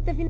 teve.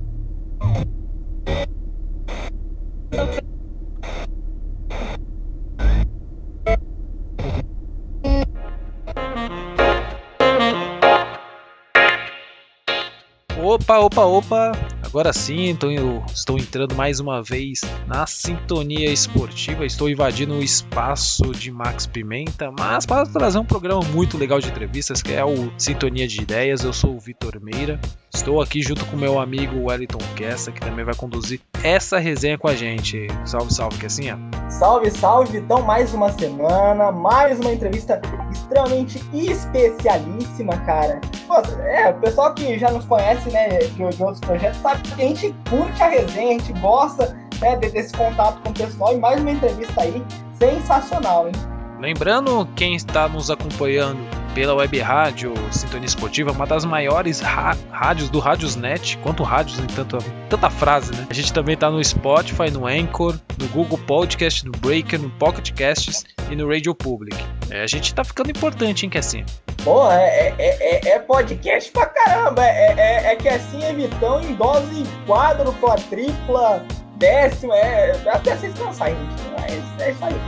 Opa, opa, opa! Agora sim, estou entrando mais uma vez na sintonia esportiva. Estou invadindo o espaço de Max Pimenta, mas para trazer um programa muito legal de entrevistas, que é o Sintonia de Ideias. Eu sou o Vitor Meira. Estou aqui junto com meu amigo Wellington Kessa, que também vai conduzir essa resenha com a gente. Salve, salve, Kessinha! Salve, salve, Vitão! Mais uma semana, mais uma entrevista extremamente especialíssima, cara. Nossa, o pessoal que já nos conhece, né, de outros projetos, sabe que a gente curte a resenha, a gente gosta, né, desse contato com o pessoal, e mais uma entrevista aí sensacional, hein? Lembrando, quem está nos acompanhando pela web rádio Sintonia Esportiva, uma das maiores rádios do Radiosnet, quanto rádios em tanta frase, né? A gente também está no Spotify, no Anchor, no Google Podcast, no Breaker, no Pocket Casts e no Radio Public. A gente tá ficando importante, hein, Kessinha? Pô, é podcast pra caramba, Kessinha e Vitão em dose quádrupla, tripla, décima, até vocês cansarem, gente, mas é isso aí.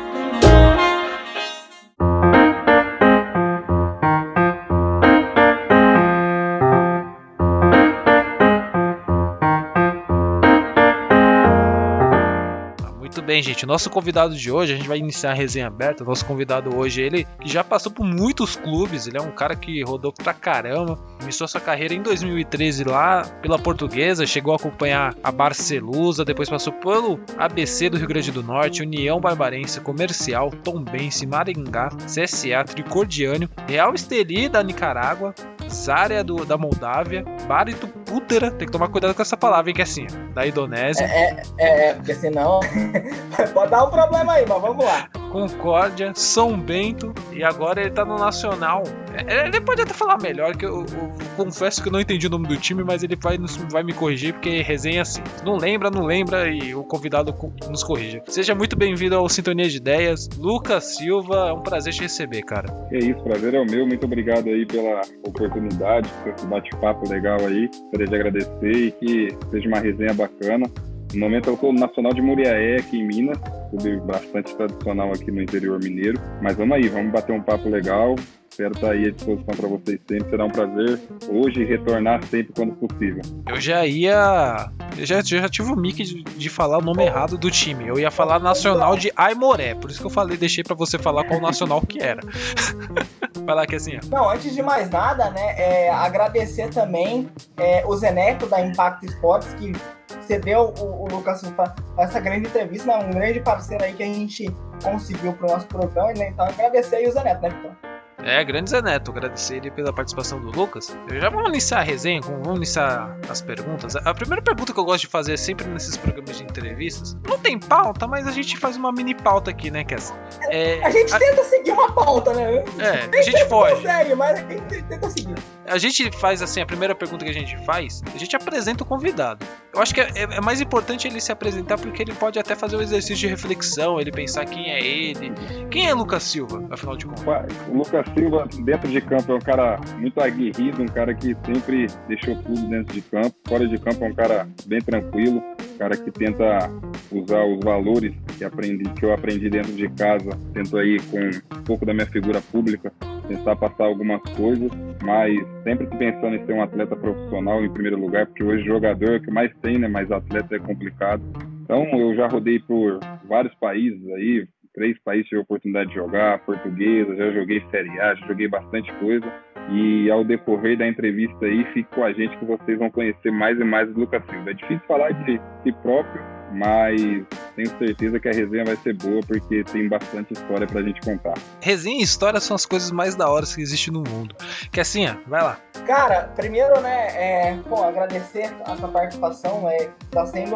Bem, gente, o nosso convidado de hoje, a gente vai iniciar a resenha aberta. O nosso convidado hoje, ele que já passou por muitos clubes, ele é um cara que rodou pra caramba, iniciou sua carreira em 2013 lá pela Portuguesa, chegou a acompanhar a Barcelusa, depois passou pelo ABC do Rio Grande do Norte, União Barbarense, Comercial, Tombense, Maringá, CSA, Tricordiano, Real Estelí da Nicarágua, Zarya da Moldávia, Barito Putera, tem que tomar cuidado com essa palavra, hein, que é assim, da Indonésia. Porque senão pode dar um problema aí, mas vamos lá. Concórdia, São Bento, e agora ele tá no Nacional. Ele pode até falar melhor, que eu confesso que eu não entendi o nome do time, mas ele vai me corrigir, porque resenha assim. Não lembra, e o convidado nos corrija. Seja muito bem-vindo ao Sintonia de Ideias, Lucas Silva, é um prazer te receber, cara. É isso, prazer é o meu, muito obrigado aí pela oportunidade, por esse bate-papo legal aí, gostaria de agradecer e que seja uma resenha bacana. No momento eu estou no Nacional de Muriaé, aqui em Minas, clube bastante tradicional aqui no interior mineiro, mas vamos aí, vamos bater um papo legal. Espero estar aí à disposição para vocês sempre. Será um prazer hoje retornar sempre quando possível. Eu já tive o mic de falar o nome errado do time. Eu ia falar Nacional de Aimoré. Por isso que eu deixei para você falar qual nacional que era. Vai lá, Kessinha. Não, antes de mais nada, né, agradecer também o Zeneto da Impact Sports, que cedeu o Lucas para essa grande entrevista, né, um grande parceiro aí que a gente conseguiu para o nosso programa, né? Então agradecer aí o Zeneto, né, Vitão? Grande Zé Neto, agradecer ele pela participação do Lucas. Já vamos iniciar a resenha, vamos iniciar as perguntas. A primeira pergunta que eu gosto de fazer sempre nesses programas de entrevistas, não tem pauta, mas a gente faz uma mini pauta aqui, né, Kessa? A gente tenta seguir uma pauta, né? A gente foge. Consegue, mas a gente tenta seguir. A gente faz assim, a primeira pergunta que a gente faz, a gente apresenta o convidado. Eu acho que é mais importante ele se apresentar, porque ele pode até fazer um exercício de reflexão, ele pensar quem é ele. Quem é Lucas Silva, afinal de contas? O Lucas Silva, dentro de campo, é um cara muito aguerrido, um cara que sempre deixou tudo dentro de campo. Fora de campo é um cara bem tranquilo, um cara que tenta usar os valores que eu aprendi dentro de casa, tento aí com um pouco da minha figura pública, tentar passar algumas coisas, mas sempre pensando em ser um atleta profissional em primeiro lugar, porque hoje jogador é o que mais tem, né? Mas atleta é complicado. Então eu já rodei por vários países aí, 3 países tive a oportunidade de jogar, Portuguesa, já joguei Série A, já joguei bastante coisa. E ao decorrer da entrevista aí, fique com a gente que vocês vão conhecer mais e mais o Lucas Silva. É difícil falar de si próprio, mas tenho certeza que a resenha vai ser boa, porque tem bastante história pra gente contar. Resenha e história são as coisas mais da hora que existem no mundo. Kessinha, vai lá. Cara, primeiro, né, agradecer a sua participação, tá sendo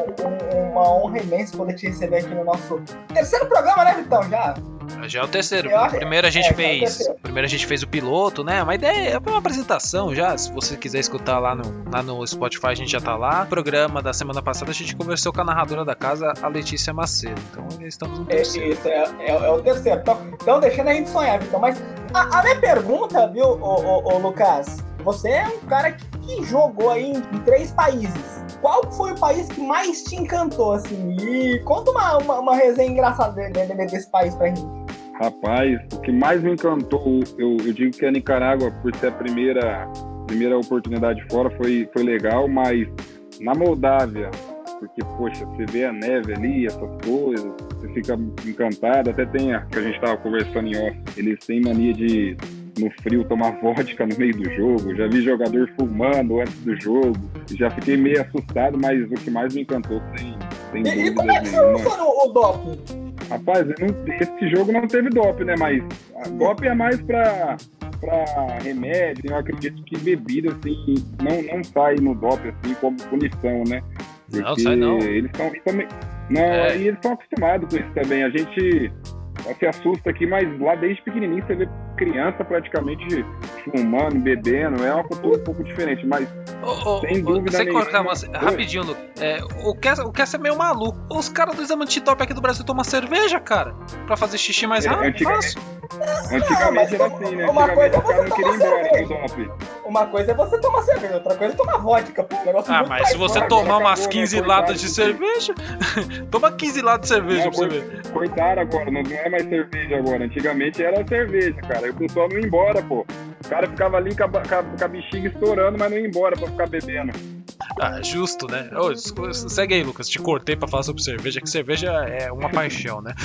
uma honra imensa poder te receber aqui no nosso terceiro programa, né, Vitão, já? Já é o terceiro. Primeiro a gente fez o piloto, né? Uma ideia, é uma apresentação já. Se você quiser escutar lá no Spotify, a gente já tá lá. No programa da semana passada a gente conversou com a narradora da casa, a Letícia Macedo. Então estamos no terceiro. Isso, é o terceiro. Então deixando a gente sonhar, Vitão. Mas a minha pergunta, viu, o Lucas, você é um cara que jogou aí em 3 países. Qual foi o país que mais te encantou, assim? E conta uma resenha engraçada desse país pra gente. Rapaz, o que mais me encantou, eu digo que a Nicarágua, por ser a primeira oportunidade fora, foi legal, mas na Moldávia, porque, poxa, você vê a neve ali, essas coisas, você fica encantado. Até tem que a gente estava conversando em off, eles têm mania de, no frio, tomar vodka no meio do jogo. Já vi jogador fumando antes do jogo. Já fiquei meio assustado, mas o que mais me encantou, sem dúvida nenhuma. E como é que funciona o doping? Rapaz, esse jogo não teve doping, né? Mas a doping é mais pra remédio. Eu acredito que bebida, assim, não sai no doping, assim, como punição, né? Porque não, sai não. Eles estão também. Não, e eles estão acostumados com isso também. A gente se assusta aqui, mas lá desde pequenininho você vê criança praticamente fumando, bebendo. É uma cultura um pouco diferente, mas sem dúvida nenhuma. Rapidinho, Lu. O Kess é meio maluco. Os caras do exame antidoping aqui do Brasil tomam cerveja, cara, pra fazer xixi mais rápido. Antigamente era assim, né? Antigamente o cara não queria ir embora do doping. Uma coisa é você tomar cerveja, outra coisa é tomar vodka. Mas se você tomar umas 15 latas de cerveja, toma 15 latas de cerveja pra você ver. Coitado agora, não é mais cerveja agora. Antigamente era cerveja, cara. E o pessoal não ia embora, pô. O cara ficava ali com a bexiga estourando, mas não ia embora pra ficar bebendo. Justo, né? Segue aí, Lucas. Te cortei pra falar sobre cerveja, que cerveja é uma paixão, né?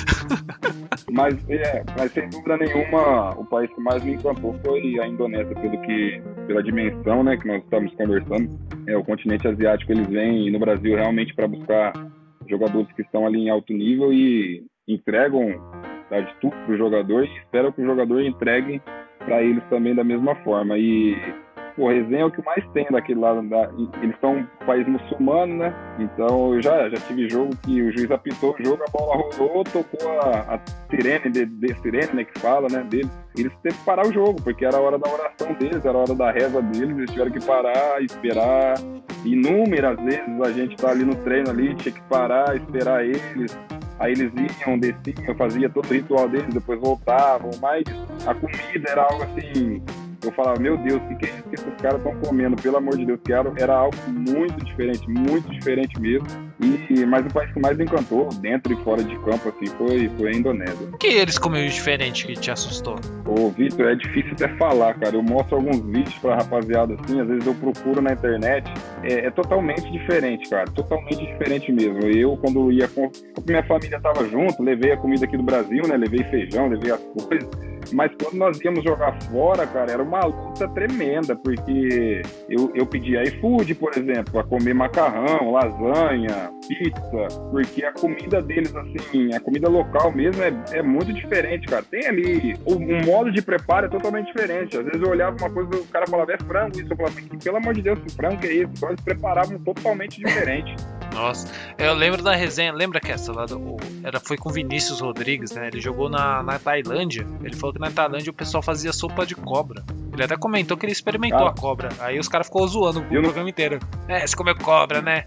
Mas sem dúvida nenhuma, o país que mais me encantou foi a Indonésia, pela dimensão, né, que nós estamos conversando. O continente asiático, eles vêm no Brasil realmente para buscar jogadores que estão ali em alto nível e entregam de tudo pro jogador, e espero que o jogador entregue para eles também da mesma forma. E pô, resenha é o que mais tem daquele lado. Eles são um país muçulmano, né? Então eu já tive jogo que o juiz apitou o jogo, a bola rolou, tocou a sirene, sirene, né, que fala, né, deles. Eles tiveram que parar o jogo, porque era a hora da oração deles, era a hora da reza deles, eles tiveram que parar, esperar. Inúmeras vezes a gente tá ali no treino ali, tinha que parar, esperar eles. Aí eles iam, desciam, fazia todo o ritual deles, depois voltavam, mas a comida era algo assim, eu falava, meu Deus, o que é isso que esses caras estão comendo, pelo amor de Deus, que era algo muito diferente mesmo. Mas o país que mais me encantou, dentro e fora de campo, assim, foi a Indonésia. O que eles comeram diferente que te assustou? Ô, Vitor, é difícil até falar, cara. Eu mostro alguns vídeos pra rapaziada, assim, às vezes eu procuro na internet. É totalmente diferente, cara. Totalmente diferente mesmo. Eu, quando ia com minha família tava junto, levei a comida aqui do Brasil, né? Levei feijão, levei as coisas. Mas quando nós íamos jogar fora, cara, era uma luta tremenda, porque eu pedia iFood, por exemplo, para comer macarrão, lasanha, pizza, porque a comida deles, assim, a comida local mesmo é muito diferente, cara. Tem ali, um modo de preparo é totalmente diferente. Às vezes eu olhava uma coisa, o cara falava, é frango isso, eu falava, pelo amor de Deus, que frango é isso? Então eles preparavam totalmente diferente. Nossa, eu lembro da resenha, lembra que essa lá foi com Vinícius Rodrigues, né? Ele jogou na Tailândia. Ele falou que na Tailândia o pessoal fazia sopa de cobra. Ele até comentou que ele experimentou a cobra. Aí os caras ficou zoando o programa inteiro. Você comeu cobra, né?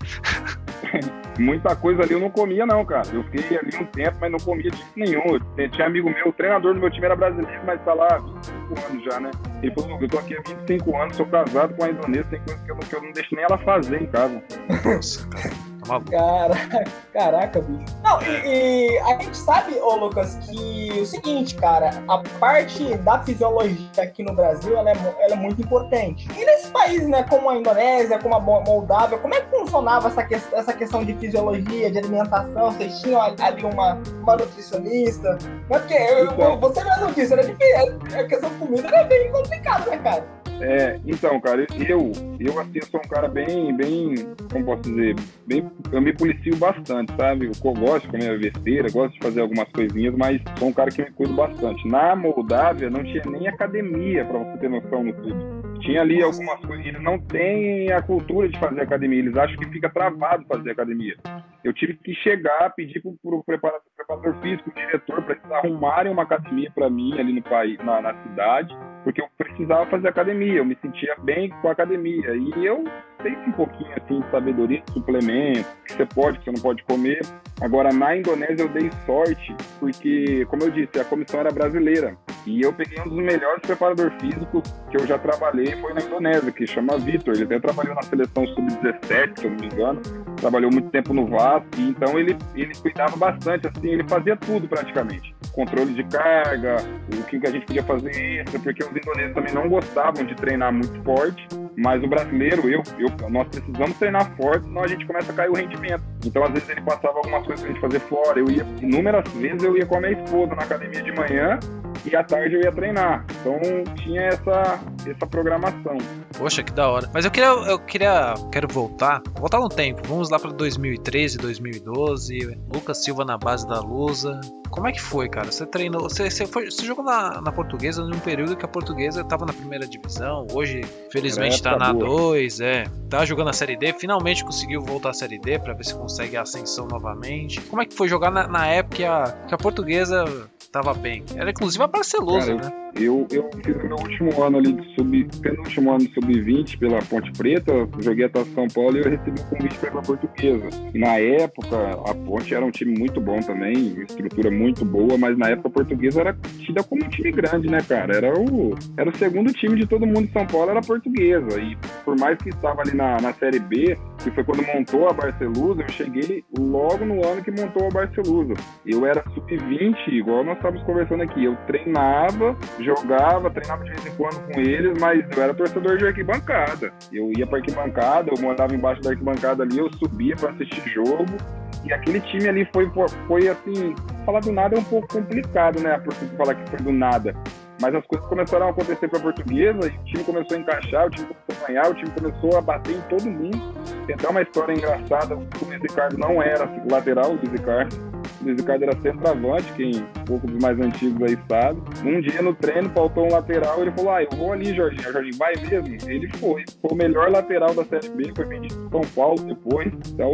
Muita coisa ali eu não comia, não, cara. Eu fiquei ali um tempo, mas não comia de jeito nenhum. Tinha amigo meu, o treinador do meu time era brasileiro, mas tá lá há 25 anos já, né? Ele falou, eu tô aqui há 25 anos, sou casado com a indonesa, tem coisa que eu não deixo nem ela fazer em casa. Nossa, cara. Caraca, bicho. Não, e a gente sabe, Lucas, que o seguinte, cara, a parte da fisiologia aqui no Brasil, ela é muito importante. E nesses países, né, como a Indonésia, como a Moldávia, como é que funcionava essa questão de fisiologia, de alimentação? Vocês tinham ali uma nutricionista? Não, porque você mesmo disse, era difícil, a questão de comida era bem complicada, né, cara? Então, cara, eu assim, sou um cara bem, como posso dizer, eu me policio bastante, sabe? Eu gosto de comer besteira, gosto de fazer algumas coisinhas, mas sou um cara que me cuido bastante. Na Moldávia não tinha nem academia, pra você ter noção no clube. Tinha ali algumas coisas, eles não têm a cultura de fazer academia, eles acham que fica travado fazer academia. Eu tive que chegar, pedir pro preparador físico, o diretor, para eles arrumarem uma academia para mim ali no país, na cidade, porque eu precisava fazer academia, eu me sentia bem com a academia. E eu tenho um pouquinho assim de sabedoria, de suplemento, que você pode, que você não pode comer. Agora, na Indonésia eu dei sorte, porque, como eu disse, a comissão era brasileira. E eu peguei um dos melhores preparadores físicos que eu já trabalhei, foi na Indonésia, que chama Vitor. Ele até trabalhou na seleção sub-17, se eu não me engano. Trabalhou muito tempo no Vasco, e então ele cuidava bastante, assim, ele fazia tudo praticamente. Controle de carga, o que a gente podia fazer extra, porque os indonésios também não gostavam de treinar muito forte, mas o brasileiro, nós precisamos treinar forte, senão a gente começa a cair o rendimento. Então, às vezes, ele passava algumas coisas pra gente fazer fora. Inúmeras vezes eu ia com a minha esposa na academia de manhã, e à tarde eu ia treinar. Então tinha essa programação. Poxa, que da hora. Mas quero voltar no tempo. Vamos lá para 2013, 2012. Lucas Silva na base da Lusa. Como é que foi, cara? Você treinou, você jogou na Portuguesa num período que a Portuguesa estava na primeira divisão. Hoje, felizmente, está na 2. Tá jogando a Série D. Finalmente conseguiu voltar à Série D para ver se consegue a ascensão novamente. Como é que foi jogar na época que a Portuguesa tava bem? Era inclusive a Barcelusa, né? Eu fiz o meu último ano ali penúltimo ano de sub-20 pela Ponte Preta, joguei a Taça São Paulo e eu recebi um convite para ir pra Portuguesa. E na época, a Ponte era um time muito bom também, estrutura muito boa, mas na época a Portuguesa era tida como um time grande, né, cara? Era o segundo time de todo mundo de São Paulo, era a Portuguesa. E por mais que estava ali na Série B, que foi quando montou a Barcelusa, eu cheguei logo no ano que montou a Barcelusa. Eu era sub-20, igual nós estávamos conversando aqui. Eu treinava de vez em quando com eles, mas eu era torcedor de arquibancada. Eu ia pra arquibancada, eu morava embaixo da arquibancada ali, eu subia pra assistir jogo. E aquele time ali foi assim, falar do nada é um pouco complicado, né? Por falar que foi do nada. Mas as coisas começaram a acontecer para a Portuguesa, e o time começou a encaixar, o time começou a ganhar, o time começou a bater em todo mundo. Tem até uma história engraçada, o Luiz Ricardo não era lateral, o Luiz Ricardo era centroavante, quem um pouco dos mais antigos aí sabe. Um dia no treino faltou um lateral, ele falou, eu vou ali, Jorginho. Jorginho, vai mesmo? Ele foi o melhor lateral da Série B, foi vendido em São Paulo depois. Então,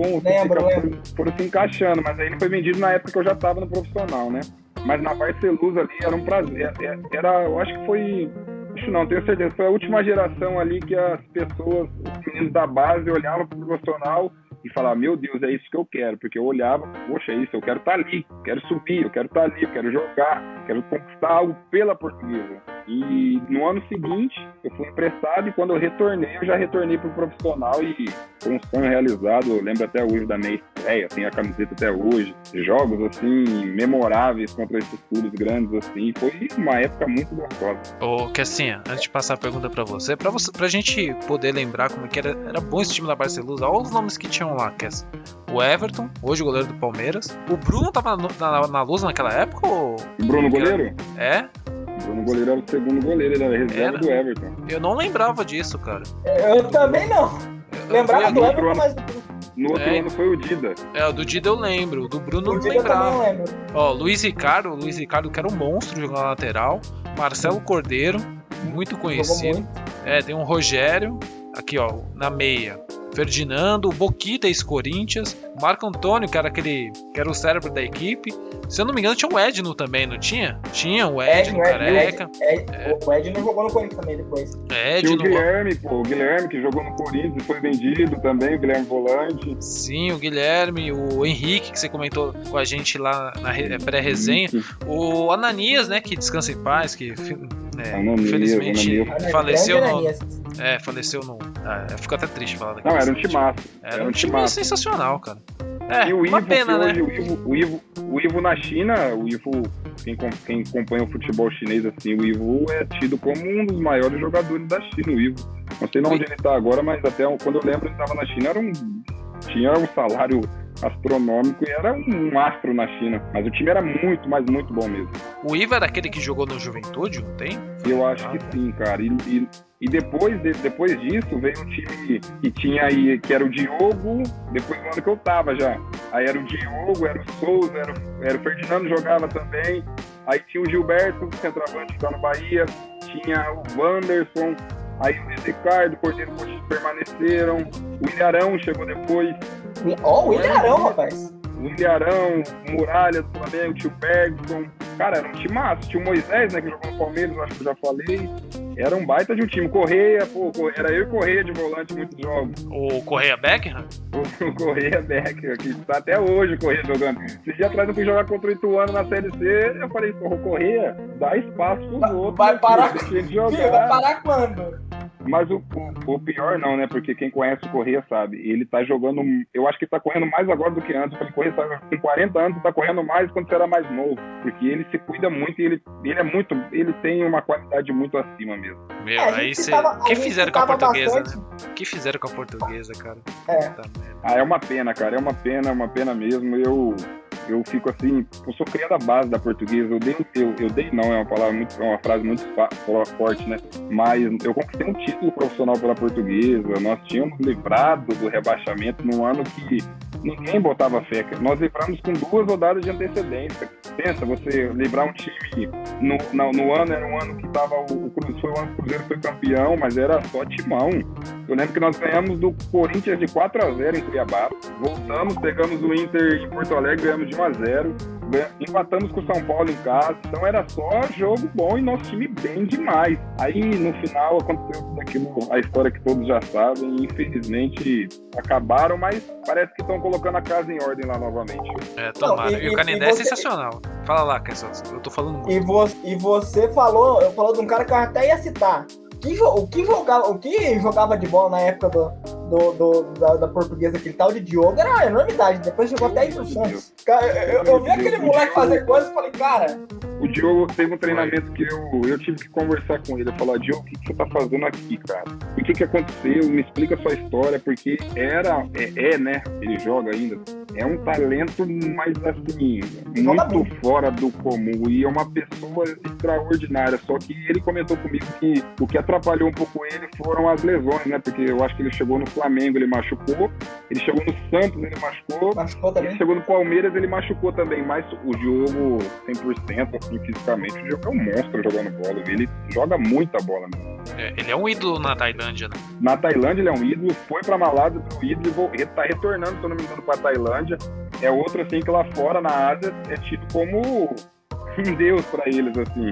foram se encaixando, mas aí ele foi vendido na época que eu já estava no profissional, né? Mas na Barcelusa ali era um prazer. Eu acho que foi... Não, tenho certeza. Foi a última geração ali que as pessoas, os meninos da base, olhavam para o profissional e falavam, meu Deus, é isso que eu quero. Porque eu olhava, poxa, é isso, eu quero estar ali, quero subir, eu quero estar ali, eu quero jogar, quero conquistar algo pela Portuguesa. E no ano seguinte, eu fui emprestado, e quando eu retornei, eu já retornei para o profissional, e foi um sonho realizado. Eu lembro até hoje da minha estreia, tenho a camiseta até hoje, jogos assim, memoráveis contra esses clubes grandes, assim, foi uma época muito gostosa. Ô, Kessinha, antes de passar a pergunta pra gente poder lembrar como que era bom esse time da Barcelusa, olha os nomes que tinham lá, Kessinha. O Everton, hoje o goleiro do Palmeiras. O Bruno tava na Lusa naquela época? Ou... O Bruno goleiro? É? O Bruno goleiro era o segundo goleiro, ele era reserva do Everton. Eu não lembrava disso, cara. Eu também não. Lembrava do Everton, mas... No outro ano foi o Dida. O do Dida eu lembro, o do Bruno eu não lembrava. Eu também lembro. Ó, Luiz Ricardo que era um monstro jogando na lateral. Marcelo Cordeiro, muito conhecido. Muito. Tem um Rogério, aqui ó, na meia. Ferdinando, o Boquita, ex-Corinthians, Marco Antônio, que era o cérebro da equipe. Se eu não me engano, tinha o Edno também, não tinha? Tinha o Edno, careca. O Edno jogou no Corinthians também depois. Tinha o Guilherme, que jogou no Corinthians e foi vendido também, o Guilherme Volante. Sim, o Guilherme, o Henrique, que você comentou com a gente lá na pré-resenha. O Ananias, né, que descansa em paz, que infelizmente faleceu faleceu no... eu fico até triste falar daquilo. Não, era um timaço. Era um time sensacional, cara. E o Ivo, pena, né? O Ivo na China, quem acompanha o futebol chinês, assim, o Ivo é tido como um dos maiores jogadores da China, o Ivo. Não sei onde ele tá agora, mas até quando eu lembro ele tava na China, tinha um salário astronômico e era um astro na China. Mas o time era muito, mas muito bom mesmo. O Ivo era aquele que jogou no Juventude, não tem? Eu acho que sim, cara. E depois disso veio um time que tinha aí, que era o Diogo, depois do ano que eu tava já. Aí era o Diogo, era o Souza, era o Ferdinando, jogava também. Aí tinha o Gilberto, centroavante, que tá no Bahia. Tinha o Wanderson. Aí o Luiz Ricardo, o Cordeiro permaneceram. O Ilharão chegou depois. O Ilharão, rapaz. O Ilharão, o Muralha do Flamengo, o tio Bergson. cara, era um time massa. Tinha o Moisés, né, que jogou no Palmeiras, acho que eu já falei. Era um baita de um time. Correia, era eu e Correia de volante muitos jogos. O Correia Beckham? O Correia Beckham, que tá até hoje o Correia jogando. Esse dia atrás eu fui jogar contra o Ituano na Série C, eu falei, porra, o Correia, dá espaço pros outros. Vai parar, jogar. Vai parar quando? Mas o pior não, né? Porque quem conhece o Correia sabe. Ele tá jogando... Eu acho que tá correndo mais agora do que antes. Eu falei, Correia tá com 40 anos, tá correndo mais quando você era mais novo. Porque ele se cuida muito e ele tem uma qualidade muito acima mesmo. Meu, aí você... O que fizeram com a portuguesa, né? O que fizeram com a portuguesa, cara? É uma pena, cara. É uma pena mesmo. Eu fico assim, eu sou cria da base da portuguesa, eu dei não, é uma frase muito forte, né? Mas eu conquistei um título profissional pela portuguesa, nós tínhamos livrado do rebaixamento num ano que ninguém botava fé. Nós livramos com 2 rodadas de antecedência. Pensa, você livrar um time no ano, era um ano que tava o Cruzeiro foi campeão, mas era só timão. Eu lembro que nós ganhamos do Corinthians de 4-0 em Cuiabá, voltamos, pegamos o Inter em Porto Alegre, ganhamos de 1-0, empatamos com o São Paulo em casa, então era só jogo bom e nosso time bem demais. Aí no final aconteceu tudo aquilo, a história que todos já sabem, e infelizmente acabaram, mas parece que estão colocando a casa em ordem lá novamente. Tomara. E o Canindé é sensacional. Fala lá, Cassol, eu tô falando muito. E você falou de um cara que eu até ia citar. O que jogava de bola na época da portuguesa, aquele tal de Diogo, era uma enormidade. Depois chegou até aí pro Santos. Cara, eu vi aquele moleque fazer coisas e falei, cara... O Diogo teve um treinamento que eu tive que conversar com ele. Eu falei, Diogo, o que você tá fazendo aqui, cara? O que aconteceu? Me explica a sua história, porque né? Ele joga ainda. É um talento, mas assim, muito fora do comum. E é uma pessoa extraordinária. Só que ele comentou comigo que o que atrapalhou um pouco ele foram as lesões, né? Porque eu acho que ele chegou no Flamengo, ele machucou. Ele chegou no Santos, ele machucou também. Ele chegou no Palmeiras, ele machucou também. Mas o Diogo, 100%, assim, fisicamente, o Diogo é um monstro jogando bola. Ele joga muita bola mesmo. Ele é um ídolo na Tailândia, né? Na Tailândia ele é um ídolo, foi pra Malásia pro ídolo e tá retornando, se eu não me engano, pra Tailândia. É outro, assim, que lá fora, na Ásia, é tido como um deus pra eles, assim.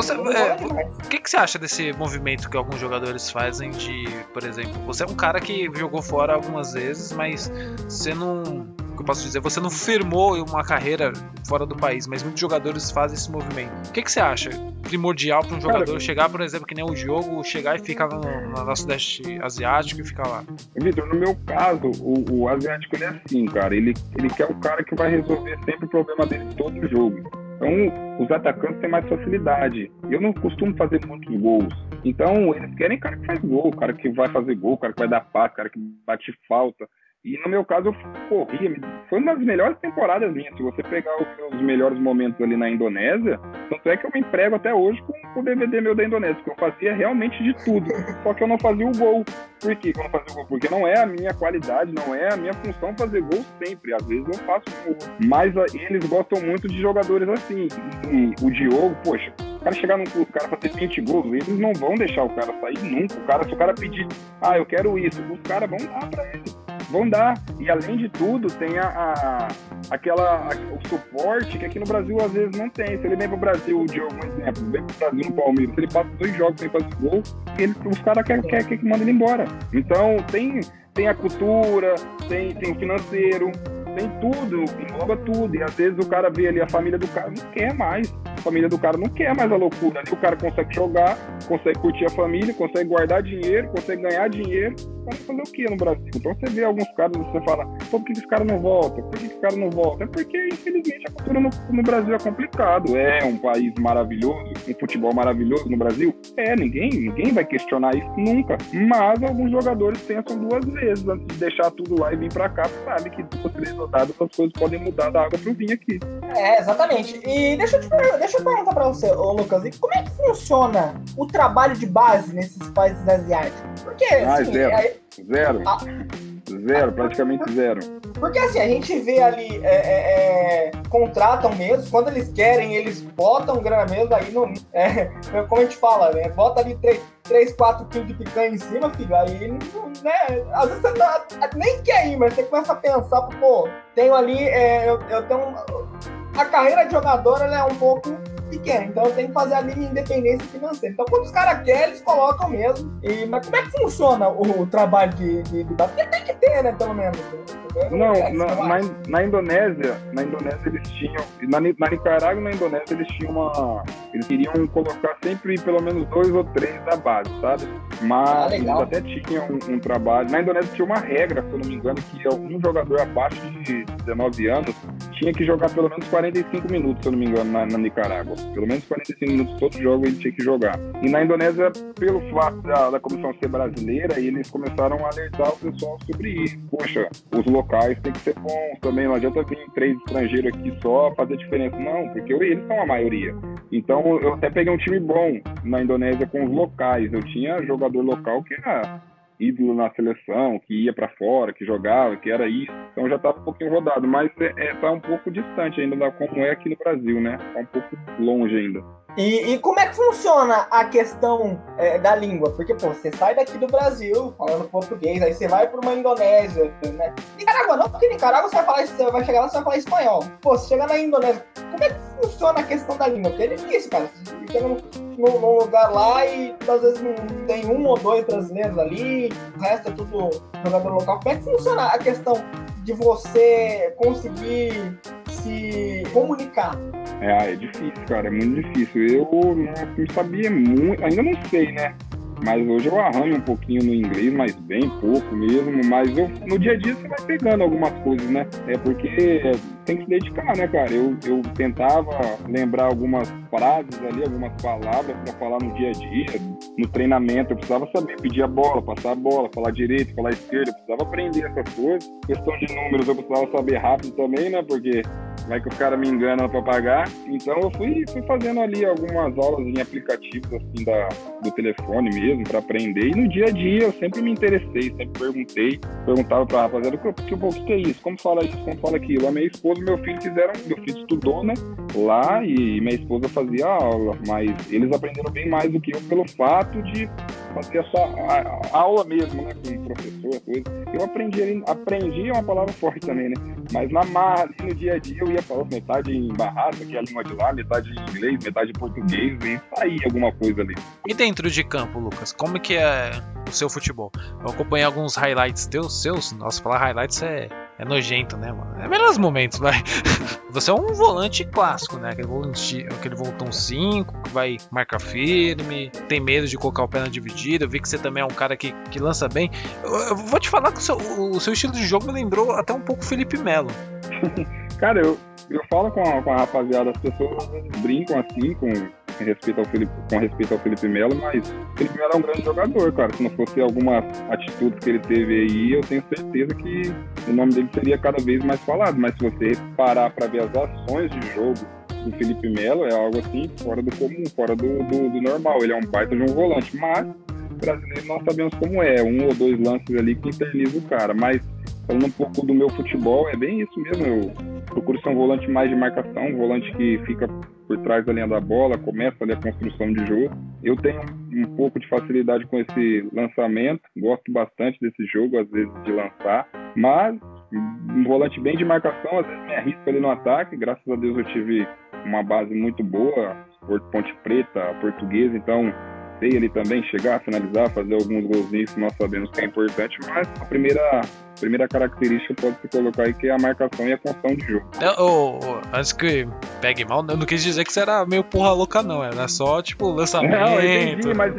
O que você acha desse movimento que alguns jogadores fazem de, por exemplo, você é um cara que jogou fora algumas vezes, mas você não... O que eu posso dizer? Você não firmou uma carreira fora do país, mas muitos jogadores fazem esse movimento. O que você acha primordial para um jogador chegar, por exemplo, que nem o Diogo, chegar e ficar no Sudeste Asiático e ficar lá? Vitor, no meu caso, o asiático ele é assim, cara. Ele quer o cara que vai resolver sempre o problema dele em todo jogo. Então, os atacantes têm mais facilidade. Eu não costumo fazer muitos gols. Então, eles querem cara que faz gol, cara que vai fazer gol, cara que vai dar passe, cara que bate falta. E no meu caso eu corria, foi uma das melhores temporadas minhas. Se você pegar os meus melhores momentos ali na Indonésia, tanto é que eu me emprego até hoje com o DVD meu da Indonésia, porque eu fazia realmente de tudo, só que eu não fazia o gol. Por que eu não fazia o gol? Porque não é a minha qualidade, não é a minha função fazer gol sempre. Às vezes eu faço um gol. Mas eles gostam muito de jogadores assim. E o Diogo, poxa, o cara chegar num clube, o cara fazer 20 gols, eles não vão deixar o cara sair nunca. Se o cara pedir, eu quero isso, os caras vão dar pra ele. Vão dar. E além de tudo, tem o suporte que aqui no Brasil às vezes não tem. Se ele vem pro Brasil, o Diogo, por exemplo, vem pro Brasil no Palmeiras, se ele passa 2 jogos sem fazer gol, os caras querem que manda ele embora. Então tem a cultura, tem o financeiro, tem tudo, engloba tudo. E às vezes o cara vê ali, a família do cara não quer mais. A família do cara não quer mais a loucura. Ali o cara consegue jogar, consegue curtir a família, consegue guardar dinheiro, consegue ganhar dinheiro. Vai fazer o que no Brasil? Então você vê alguns caras e você fala, por que esse cara não volta? Por que esse cara não volta? É porque, infelizmente, a cultura no Brasil é complicado. É um país maravilhoso, um futebol maravilhoso no Brasil? Ninguém vai questionar isso nunca. Mas alguns jogadores pensam 2 vezes antes de deixar tudo lá e vir pra cá, sabe que 2, 3 rodadas as coisas podem mudar da água pro vinho aqui. Exatamente. E deixa eu perguntar pra você, Lucas, e como é que funciona o trabalho de base nesses países asiáticos? Porque, assim... Zero, praticamente zero. Porque assim, a gente vê ali, contratam mesmo, quando eles querem, eles botam grana mesmo, aí não, como a gente fala, né, bota ali 3, 4 quilos de picanha em cima, filho, aí, né, às vezes você nem quer ir, mas você começa a pensar, pô, tenho ali, eu tenho a carreira de jogador ela é um pouco pequena, então tem que fazer a minha independência financeira. Então, quando os caras querem, eles colocam mesmo. Mas como é que funciona o trabalho de base? Porque tem que ter, né, pelo menos. Não, na Indonésia eles tinham, na Nicarágua e na Indonésia eles queriam colocar sempre pelo menos 2 ou 3 da base, sabe? Mas eles até tinham um trabalho. Na Indonésia tinha uma regra, se eu não me engano, que um jogador abaixo de 19 anos tinha que jogar pelo menos 45 minutos, se eu não me engano, na Nicarágua. Pelo menos 45 minutos todo jogo ele tinha que jogar. E na Indonésia, pelo fato da comissão ser brasileira, eles começaram a alertar o pessoal sobre isso. Poxa, os locais têm que ser bons também, não adianta vir 3 estrangeiros aqui só fazer diferença. Não, porque eles são a maioria. Então eu até peguei um time bom na Indonésia com os locais. Eu tinha jogador local que era ídolo na seleção, que ia pra fora, que jogava, que era isso. Então já tá um pouquinho rodado, mas tá um pouco distante ainda da como é aqui no Brasil, né? Tá um pouco longe ainda. E como é que funciona a questão da língua? Porque, pô, você sai daqui do Brasil falando português, aí você vai para uma Indonésia, né? Nicarágua não, porque Nicarágua você vai chegar lá e você vai falar espanhol. Pô, se chegar na Indonésia, como é que funciona a questão da língua? Porque é difícil, cara. Você chega num lugar lá e às vezes não tem 1 ou 2 brasileiros ali, o resto é tudo jogador local. Como é que funciona a questão de você conseguir se comunicar? É difícil, cara, é muito difícil. Eu não sabia muito, ainda não sei, né? Mas hoje eu arranho um pouquinho no inglês, mas bem pouco mesmo. Mas no dia a dia você vai pegando algumas coisas, né? É porque tem que se dedicar, né, cara? Eu tentava lembrar algumas frases ali, algumas palavras para falar no dia a dia. No treinamento eu precisava saber pedir a bola, passar a bola, falar direito, falar esquerda. Eu precisava aprender essas coisas. Questão de números eu precisava saber rápido também, né? Porque vai que os caras me enganam para pagar. Então eu fui fazendo ali algumas aulas em aplicativos assim do telefone mesmo para aprender. E no dia a dia eu sempre me interessei, sempre perguntava pra rapaziada, o que é isso? Como fala isso? Como fala aquilo? A minha esposa e meu filho estudou, né? Lá, e minha esposa fazia aula, mas eles aprenderam bem mais do que eu pelo fato de fazer a aula mesmo, né? Com o professor, coisa. Eu aprendi é uma palavra forte também, né? Mas na marra, ali no dia a dia, eu ia falar metade em barraça, que é a língua de lá, metade em inglês, metade em português, e saía alguma coisa ali. E dentro de campo, Lucas, como que é o seu futebol? Eu acompanhei alguns highlights seus. Nossa, falar highlights é nojento, né, mano? É melhores momentos, vai. Você é um volante clássico, né? Aquele voltão 5, que vai marcar firme, tem medo de colocar o pé na dividida. Eu vi que você também é um cara que lança bem. Eu vou te falar que o seu estilo de jogo me lembrou até um pouco o Felipe Melo. Cara, eu falo com a rapaziada, as pessoas brincam assim com respeito ao Felipe Melo, mas o Felipe Melo é um grande jogador, cara. Se não fosse algumas atitudes que ele teve aí, eu tenho certeza que o nome dele seria cada vez mais falado. Mas se você parar para ver as ações de jogo do Felipe Melo, é algo assim fora do comum, fora do normal. Ele é um baita de um volante, mas brasileiro nós sabemos como é, 1 ou 2 lances ali que interniza o cara. Mas falando um pouco do meu futebol, é bem isso mesmo. Eu procuro ser um volante mais de marcação, um volante que fica por trás da linha da bola, começa ali a construção de jogo. Eu tenho um pouco de facilidade com esse lançamento, gosto bastante desse jogo, às vezes, de lançar, mas um volante bem de marcação, às vezes me arrisco ali no ataque. Graças a Deus eu tive uma base muito boa, Ponte Preta, Portuguesa, então sei ali também chegar, finalizar, fazer alguns golzinhos que nós sabemos que é importante, mas a primeira característica pode se colocar aí, que é a marcação e a construção de jogo. Antes que pegue mal, eu não quis dizer que você era meio porra louca, não. Era só, tipo, lançamento. Não, eu entendi, mas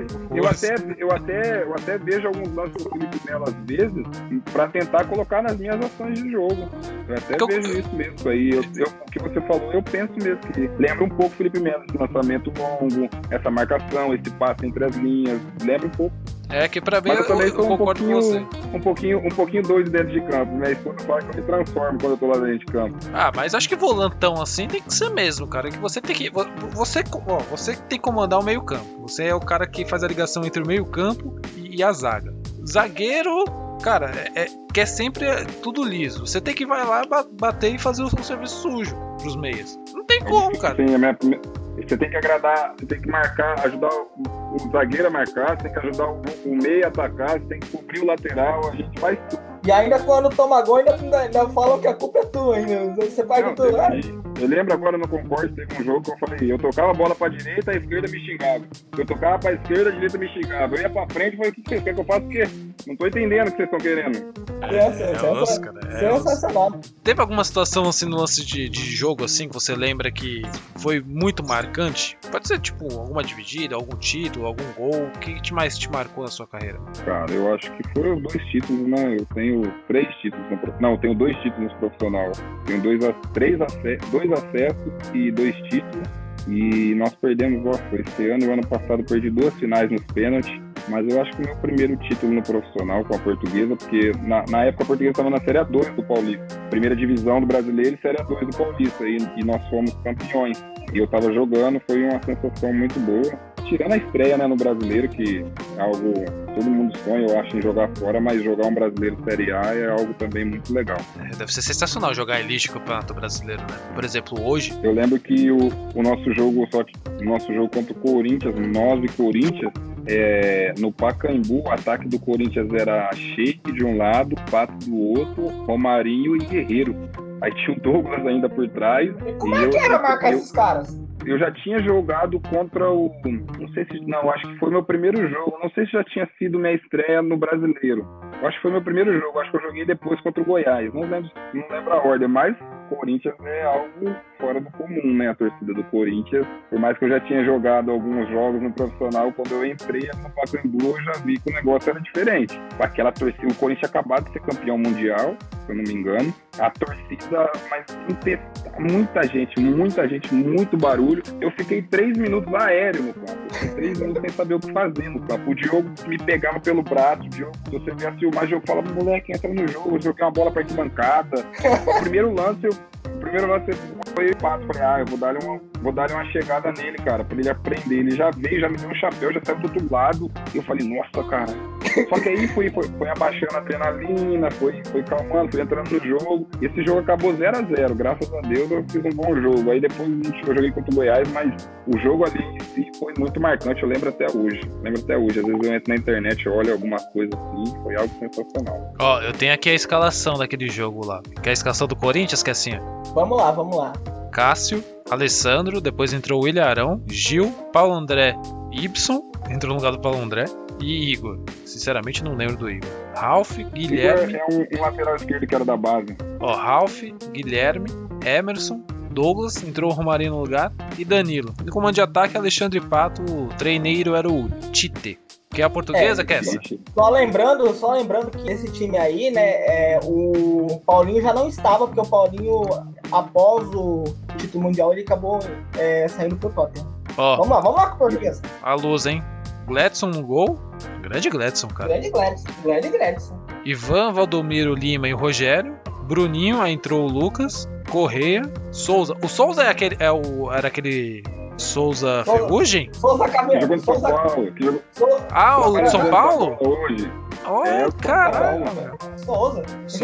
eu até vejo alguns lances do Felipe Melo, às vezes, pra tentar colocar nas minhas ações de jogo. Eu até vejo isso mesmo. Aí, o que você falou, eu penso mesmo que lembra um pouco o Felipe Melo, esse lançamento longo, essa marcação, esse passe entre as linhas, lembra um pouco. É que pra mim eu concordo com você. Um pouquinho doido dentro de campo. Minha esposa fala que eu me transformo quando eu tô lá dentro de campo. Ah, mas acho que volantão assim tem que ser mesmo, cara. Que você tem que. Você tem que comandar o meio campo. Você é o cara que faz a ligação entre o meio campo e a zaga. Zagueiro, cara, quer sempre tudo liso. Você tem que vai lá bater e fazer o serviço sujo pros meias. Não tem como, cara. Sim, você tem que agradar, você tem que marcar, ajudar o zagueiro a marcar, você tem que ajudar o meio a atacar, você tem que cobrir o lateral, a gente faz tudo. E ainda quando toma gol, ainda falam que a culpa é tua, ainda. Você faz tudo, né? Eu lembro agora no Concorde, teve um jogo que eu falei, eu tocava a bola pra direita, a esquerda me xingava. Eu tocava pra esquerda, a direita me xingava. Eu ia pra frente e falei, o que vocês querem que eu faça? Porque não tô entendendo o que vocês estão querendo. Sensacional. Teve alguma situação assim no lance de jogo assim que você lembra que foi muito marcante? Pode ser tipo alguma dividida, algum título, algum gol. O que mais te marcou na sua carreira? Cara, eu acho que foram os 2 títulos, né? Eu tenho 3 títulos no profissional. Não, eu tenho 2 títulos no profissional. Tenho 2 acessos e 2 títulos. E nós perdemos, esse ano e o ano passado eu perdi 2 finais nos pênaltis. Mas eu acho que o meu primeiro título no profissional com a Portuguesa, porque na época a Portuguesa estava na Série A2 do Paulista. Primeira divisão do Brasileiro e Série A2 do Paulista. E nós fomos campeões. E eu estava jogando, foi uma sensação muito boa. Tirando a estreia, né, no Brasileiro, que é algo todo mundo sonha, eu acho, em jogar fora, mas jogar um Brasileiro Série A é algo também muito legal. Deve ser sensacional jogar elite no Campeonato Brasileiro, né? Por exemplo, hoje... Eu lembro que o nosso jogo contra o Corinthians, nós e Corinthians, no Pacaembu, o ataque do Corinthians era Sheik de um lado, Pato do outro, Romarinho e Guerreiro. Aí tinha o Douglas ainda por trás. E como é que era marcar esses caras? Eu já tinha jogado contra o... acho que foi meu primeiro jogo. Não sei se já tinha sido minha estreia no Brasileiro. Eu acho que foi meu primeiro jogo. Acho que eu joguei depois contra o Goiás. Não lembro a ordem, mas Corinthians é algo fora do comum, né? A torcida do Corinthians. Por mais que eu já tinha jogado alguns jogos no profissional, quando eu entrei no Pacaembu, eu já vi que o negócio era diferente. Aquela torcida, o Corinthians acabado de ser campeão mundial, se eu não me engano. A torcida, mas muita gente, muito barulho. Eu fiquei 3 minutos aéreo no campo. Eu fiquei 3 minutos sem saber o que fazer no campo. O Diogo me pegava pelo braço. O Diogo, se você vier filmar, o Diogo falava, moleque, entra no jogo. Eu joguei uma bola pra arquibancada. O primeiro lance foi o Pato. Falei, eu vou dar uma chegada nele, cara, pra ele aprender. Ele já veio, já me deu um chapéu, já saiu do outro lado. E eu falei, nossa, cara. Só que aí foi abaixando a adrenalina, foi calmando, foi entrando no jogo. Esse jogo acabou 0-0, graças a Deus eu fiz um bom jogo. Aí depois eu joguei contra o Goiás, mas o jogo ali em si foi muito marcante, eu lembro até hoje. Às vezes eu entro na internet, olho alguma coisa assim, foi algo sensacional. Ó, eu tenho aqui a escalação daquele jogo lá. Que é a escalação do Corinthians, que é assim, ó. Vamos lá. Cássio, Alessandro, depois entrou o William Arão, Gil, Paulo André, Ibson, entrou no lugar do Paulo André, e Igor. Sinceramente não lembro do Igor. Ralf, Guilherme... Igor é um lateral esquerdo que era da base. Ó, Ralf, Guilherme, Emerson, Douglas, entrou o Romarinho no lugar, e Danilo. No comando de ataque, Alexandre Pato, o treineiro era o Tite. Que é a Portuguesa, que é essa? Só lembrando que esse time aí, né, o Paulinho já não estava, porque o Paulinho, após o título mundial, ele acabou saindo pro Tottenham. Ó, vamos lá com o Portuguesa. A luz, hein? Gledson no gol. Grande Gledson, cara. Grande Gledson. Ivan, Valdomiro, Lima e o Rogério. Bruninho, aí entrou o Lucas. Correia, Souza. O Souza era aquele Souza Ferrugem? Souza Caveiro. O o de São Paulo? Hoje. Olha, caramba. Souza.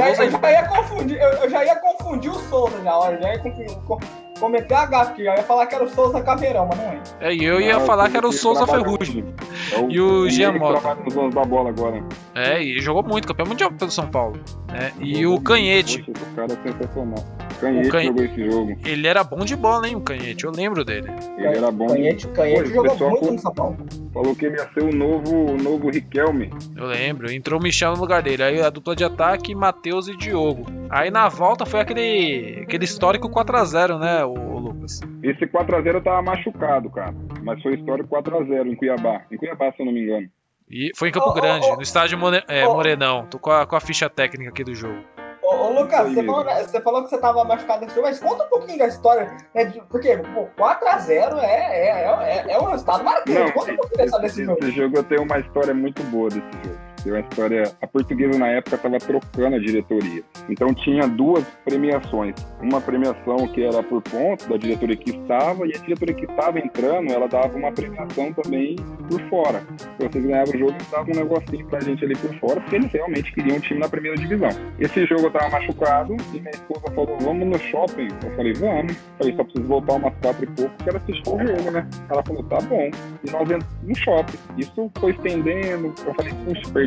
Eu já ia confundir o Souza já. Olha, já ia cometer a gafe, que já ia falar que era o Souza Caveirão, mas não é. E eu ia falar que era o Souza Ferrugem. E o Jean Mota. Da bola agora. E jogou muito, campeão mundial pelo São Paulo. E o Canhete. Poxa, esse cara é sensacional. Canhete jogou esse jogo. Ele era bom de bola, hein, o Canhete. Eu lembro dele. Ele era bom. Canhete jogou muito no São Paulo. Falou que ele ia ser o novo Riquelme. Eu lembro. Entrou o Michel no lugar dele. Aí a dupla de ataque, Matheus e Diogo. Aí na volta foi aquele histórico 4-0, né, o Lucas? Esse 4-0 tava machucado, cara. Mas foi histórico 4-0 em Cuiabá. Em Cuiabá, se eu não me engano. E foi em Campo Grande, no estádio Morenão. Tô com a ficha técnica aqui do jogo. Ô Lucas, você falou que você tava machucado nesse jogo, mas conta um pouquinho da história, né? Porque 4-0 é um resultado marcante. Conta um pouquinho desse jogo. Esse jogo eu tenho uma história muito boa desse jogo. Tem uma história... A Portuguesa, na época, estava trocando a diretoria. Então, tinha 2 premiações. Uma premiação que era por pontos da diretoria que estava, e a diretoria que estava entrando, ela dava uma premiação também por fora. Se vocês ganhavam o jogo, eles davam um negocinho pra gente ali por fora, porque eles realmente queriam um time na primeira divisão. Esse jogo eu tava machucado, e minha esposa falou, vamos no shopping? Eu falei, vamos. Falei, só preciso voltar umas 4 e pouco, quero assistir o jogo, né? Ela falou, tá bom. E nós entramos no shopping. Isso foi estendendo. Eu falei, puxa, perdi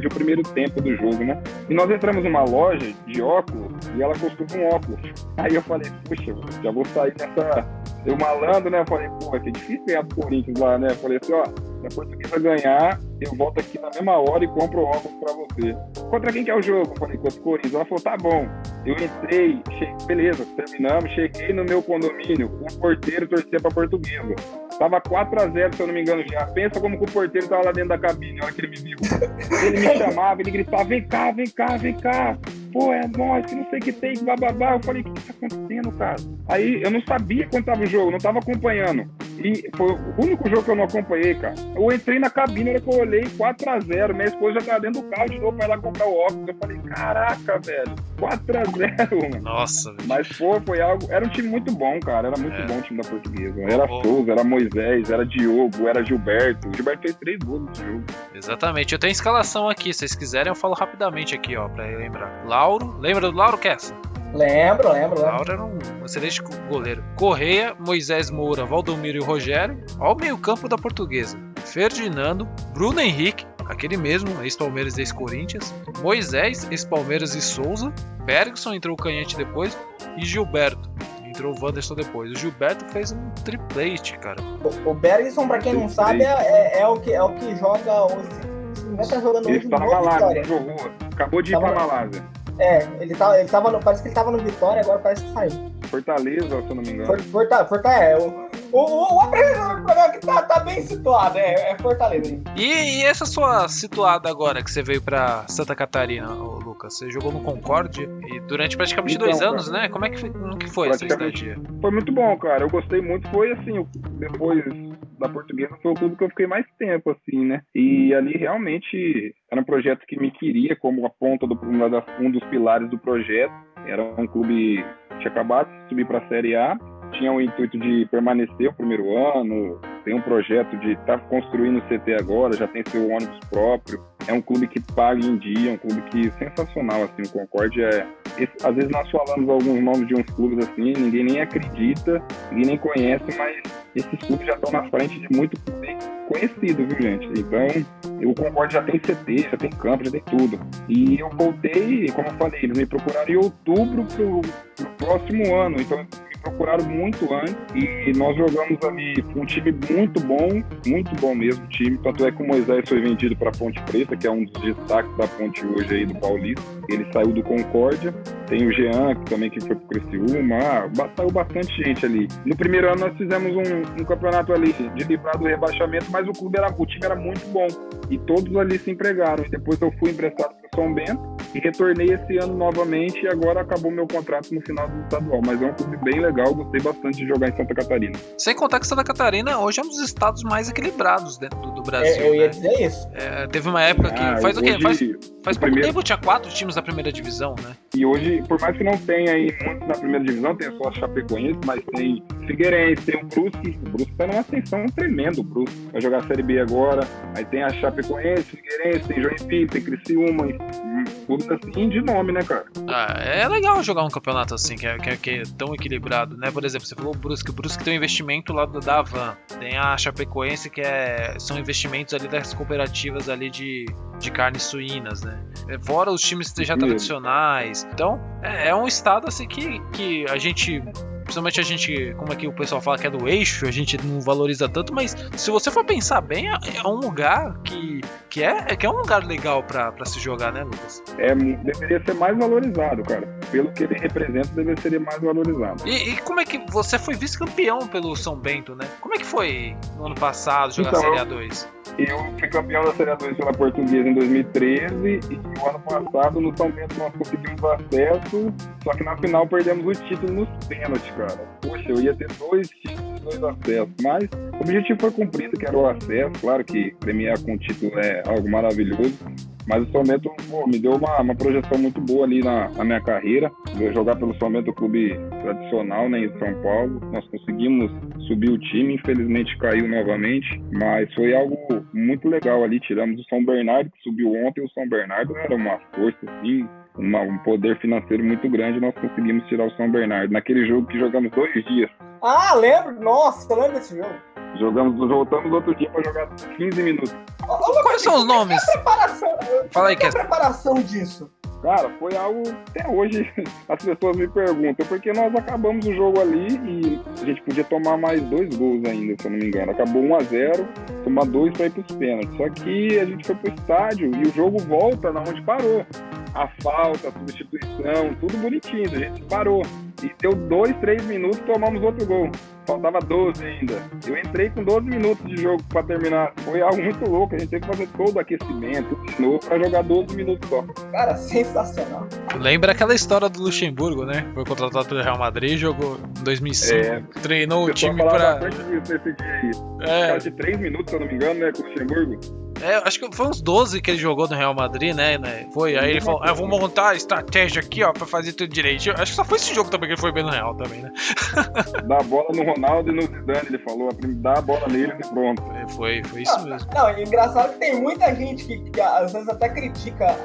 perdi o primeiro tempo do jogo, né? E nós entramos numa loja de óculos e ela costura um óculos. Aí eu falei, puxa, já vou sair nessa... Eu malandro, né? Eu falei, pô, é que é difícil ganhar do Corinthians lá, né? Eu falei assim, ó, se a Portuguesa ganhar, eu volto aqui na mesma hora e compro o óculos pra você. Contra quem que é o jogo? Eu falei, contra o Corinthians. Ela falou, tá bom. Eu entrei, beleza, terminamos, cheguei no meu condomínio, o porteiro torcia pra Portuguesa. Tava 4-0, se eu não me engano, já. Pensa como que o porteiro tava lá dentro da cabine, na hora que ele me viu. Ele me chamava, ele gritava, vem cá, vem cá, vem cá. Pô, é nóis, que não sei o que tem, bababá. Eu falei, o que tá acontecendo, cara? Aí eu não sabia quando tava o jogo, não tava acompanhando. E foi o único jogo que eu não acompanhei, cara. Eu entrei na cabine, na hora que eu olhei, 4-0. Minha esposa já tava dentro do carro de novo pra ir lá comprar o óculos. Eu falei, caraca, velho, 4-0, mano. Nossa, velho. Mas foi algo. Era um time muito bom, cara. Era muito bom o time da Portuguesa. Era Souza, era Moisés, era Diogo, era Gilberto. O Gilberto fez 3 gols nesse jogo. Exatamente. Eu tenho a escalação aqui. Se vocês quiserem, eu falo rapidamente aqui, ó, pra lembrar. Lauro. Lembra do Lauro, Kessa? Lembro. Lauro era um excelente goleiro. Correia, Moisés Moura, Valdomiro e o Rogério. Ó o meio-campo da Portuguesa. Ferdinando, Bruno Henrique, aquele mesmo, ex-Palmeiras e ex-Corinthians. Moisés, ex-Palmeiras e Souza. Bergson entrou o Canhete depois. E Gilberto. Entrou o Wanderson depois. O Gilberto fez um triplete, cara. O Bergson, pra quem não sabe, é o que joga hoje. Não tá jogando hoje no Vitória. Acabou de ir pra Malásia. Ele tava parece que ele tava no Vitória, agora parece que saiu. Fortaleza, se eu não me engano. O apresentador do programa que tá bem situado, é Fortaleza. E essa sua situada agora que você veio pra Santa Catarina, Lucas? Você jogou no Concórdia e durante praticamente 2 anos, cara, né? Como que foi essa estadia? Foi muito bom, cara. Eu gostei muito. Foi assim, depois da Portuguesa foi o clube que eu fiquei mais tempo, assim, né? E ali realmente era um projeto que me queria como a ponta um dos pilares do projeto. Era um clube que tinha acabado de subir para a Série A, tinha o intuito de permanecer o primeiro ano, tem um projeto de estar construindo o CT agora, já tem seu ônibus próprio. É um clube que paga em dia, é um clube que sensacional, assim, o Concórdia às vezes nós falamos alguns nomes de uns clubes assim, ninguém nem acredita, ninguém nem conhece, mas esses clubes já estão na frente de muito clube conhecido, viu, gente? Então, o Concórdia já tem CT, já tem campo, já tem tudo. E eu voltei, como eu falei, eles me procuraram em outubro pro próximo ano, então me procuraram muito antes e nós jogamos ali um time muito bom mesmo time, tanto é que o Moisés foi vendido para Ponte Preta, que é um dos destaques da Ponte hoje aí do Paulista. Ele saiu do Concórdia, tem o Jean também que foi pro Criciúma, saiu bastante gente ali. No primeiro ano nós fizemos um campeonato ali de livrar do rebaixamento, mas o time era muito bom e todos ali se empregaram. E depois eu fui emprestado pro São Bento e retornei esse ano novamente e agora acabou meu contrato no final do estadual, mas é um clube bem legal, gostei bastante de jogar em Santa Catarina. Sem contar que Santa Catarina hoje é um dos estados mais equilibrados dentro do Brasil. Eu ia dizer isso. Teve uma época que faz o quê? Faz pouco tempo tinha 4 times da primeira divisão, né? E hoje, por mais que não tenha aí muitos na primeira divisão, tem só a Chapecoense, mas tem Figueirense, tem o Brusque. O Brusque tá numa ascensão tremenda, o Brusque vai jogar a Série B agora. Aí tem a Chapecoense, Figueirense, tem Joinville, tem Criciúma, tudo assim de nome, né, cara? É legal jogar um campeonato assim, que é tão equilibrado, né? Por exemplo, você falou o Brusque tem um investimento lá da Havan. Tem a Chapecoense, que são investimentos ali das cooperativas ali de carnes suínas, né? Fora os times já tradicionais. Então, é um estado assim que a gente... Principalmente a gente, como é que o pessoal fala que é do eixo, a gente não valoriza tanto, mas se você for pensar bem, é um lugar que é um lugar legal pra se jogar, né, Lucas? Deveria ser mais valorizado, cara. Pelo que ele representa, deveria ser mais valorizado. E como é que você foi vice-campeão pelo São Bento, né? Como é que foi no ano passado jogar Série A2? Eu fui campeão da Série A2 pela Portuguesa em 2013 e o ano passado no São Bento nós conseguimos acesso, só que na final perdemos o título nos pênaltis, cara. Poxa, eu ia ter 2 títulos, 2 acessos, mas o objetivo foi cumprido, que era o acesso. Claro que premiar com título é algo maravilhoso, mas o São Bento me deu uma projeção muito boa ali na minha carreira. Eu jogar pelo São Bento, clube tradicional, né, em São Paulo. Nós conseguimos subir o time, infelizmente caiu novamente, mas foi algo muito legal ali. Tiramos o São Bernardo, que subiu ontem. O São Bernardo era uma força, assim, um poder financeiro muito grande. Nós conseguimos tirar o São Bernardo naquele jogo que jogamos 2 dias. Lembro, nossa, eu lembro desse jogo. Voltamos no outro dia pra jogar 15 minutos. Quais são os nomes? Fala aí, que é a preparação disso? Cara, foi algo, até hoje as pessoas me perguntam, porque nós acabamos o jogo ali e a gente podia tomar mais 2 gols ainda, se eu não me engano. Acabou 1-0, tomar 2 para ir pros pênaltis. Só que a gente foi pro estádio e o jogo volta na onde parou. A falta, a substituição, tudo bonitinho, a gente parou. E deu 2, 3 minutos, tomamos outro gol. Faltava 12 ainda. Eu entrei com 12 minutos de jogo pra terminar. Foi algo muito louco. A gente teve que fazer todo o aquecimento de novo pra jogar 12 minutos só. Cara, sensacional. Lembra aquela história do Luxemburgo, né? Foi contratado pelo Real Madrid, jogou em 2005. Treinou o time pra... Nesse dia aí. Cara de 3 minutos, se eu não me engano, né? Com o Luxemburgo. Acho que foi uns 12 que ele jogou no Real Madrid, né? Foi, aí ele falou, eu vou montar a estratégia aqui, ó, pra fazer tudo direito. Acho que só foi esse jogo também que ele foi bem no Real também, né? Dá a bola no Ronaldo e no Zidane, ele falou. Dá a bola nele e pronto. Foi isso mesmo. Não, é engraçado que tem muita gente que às vezes até critica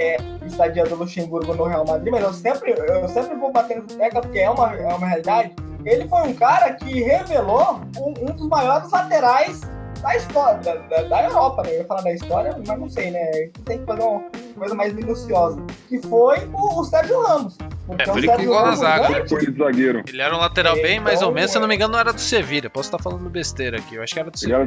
a estadia do Luxemburgo no Real Madrid, mas eu sempre vou bater no tecla porque é uma realidade. Ele foi um cara que revelou um dos maiores laterais da história, da Europa, né? Eu ia falar da história, mas não sei, né? Tem que fazer uma coisa mais minuciosa. Que foi o Sérgio Ramos. Por ele que gola a zaga, né? Zagueiro. Ele era um lateral bem, mais ou menos, se eu não me engano, não era do Sevilha. Posso estar falando besteira aqui, eu acho que era do Sevilha.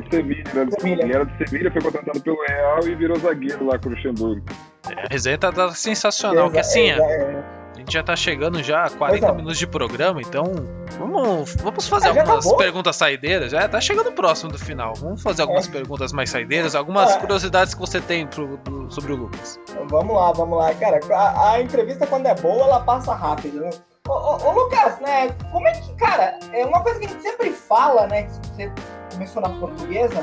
Ele era do Sevilha, foi contratado pelo Real e virou zagueiro lá com o Luxemburgo. A resenha tá sensacional, que assim, a gente já tá chegando já a 40 minutos de programa, então vamos fazer algumas perguntas saideiras. Já tá chegando próximo do final. Vamos fazer algumas perguntas mais saideiras, algumas curiosidades que você tem sobre o Lucas. Vamos lá, cara. A entrevista, quando é boa, ela passa rápido, né? Ô Lucas, né? Como é que, cara, é uma coisa que a gente sempre fala, né? Que você começou na Portuguesa,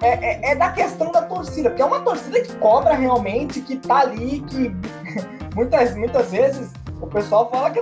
é da questão da torcida, porque é uma torcida que cobra realmente, que tá ali, que muitas vezes o pessoal fala que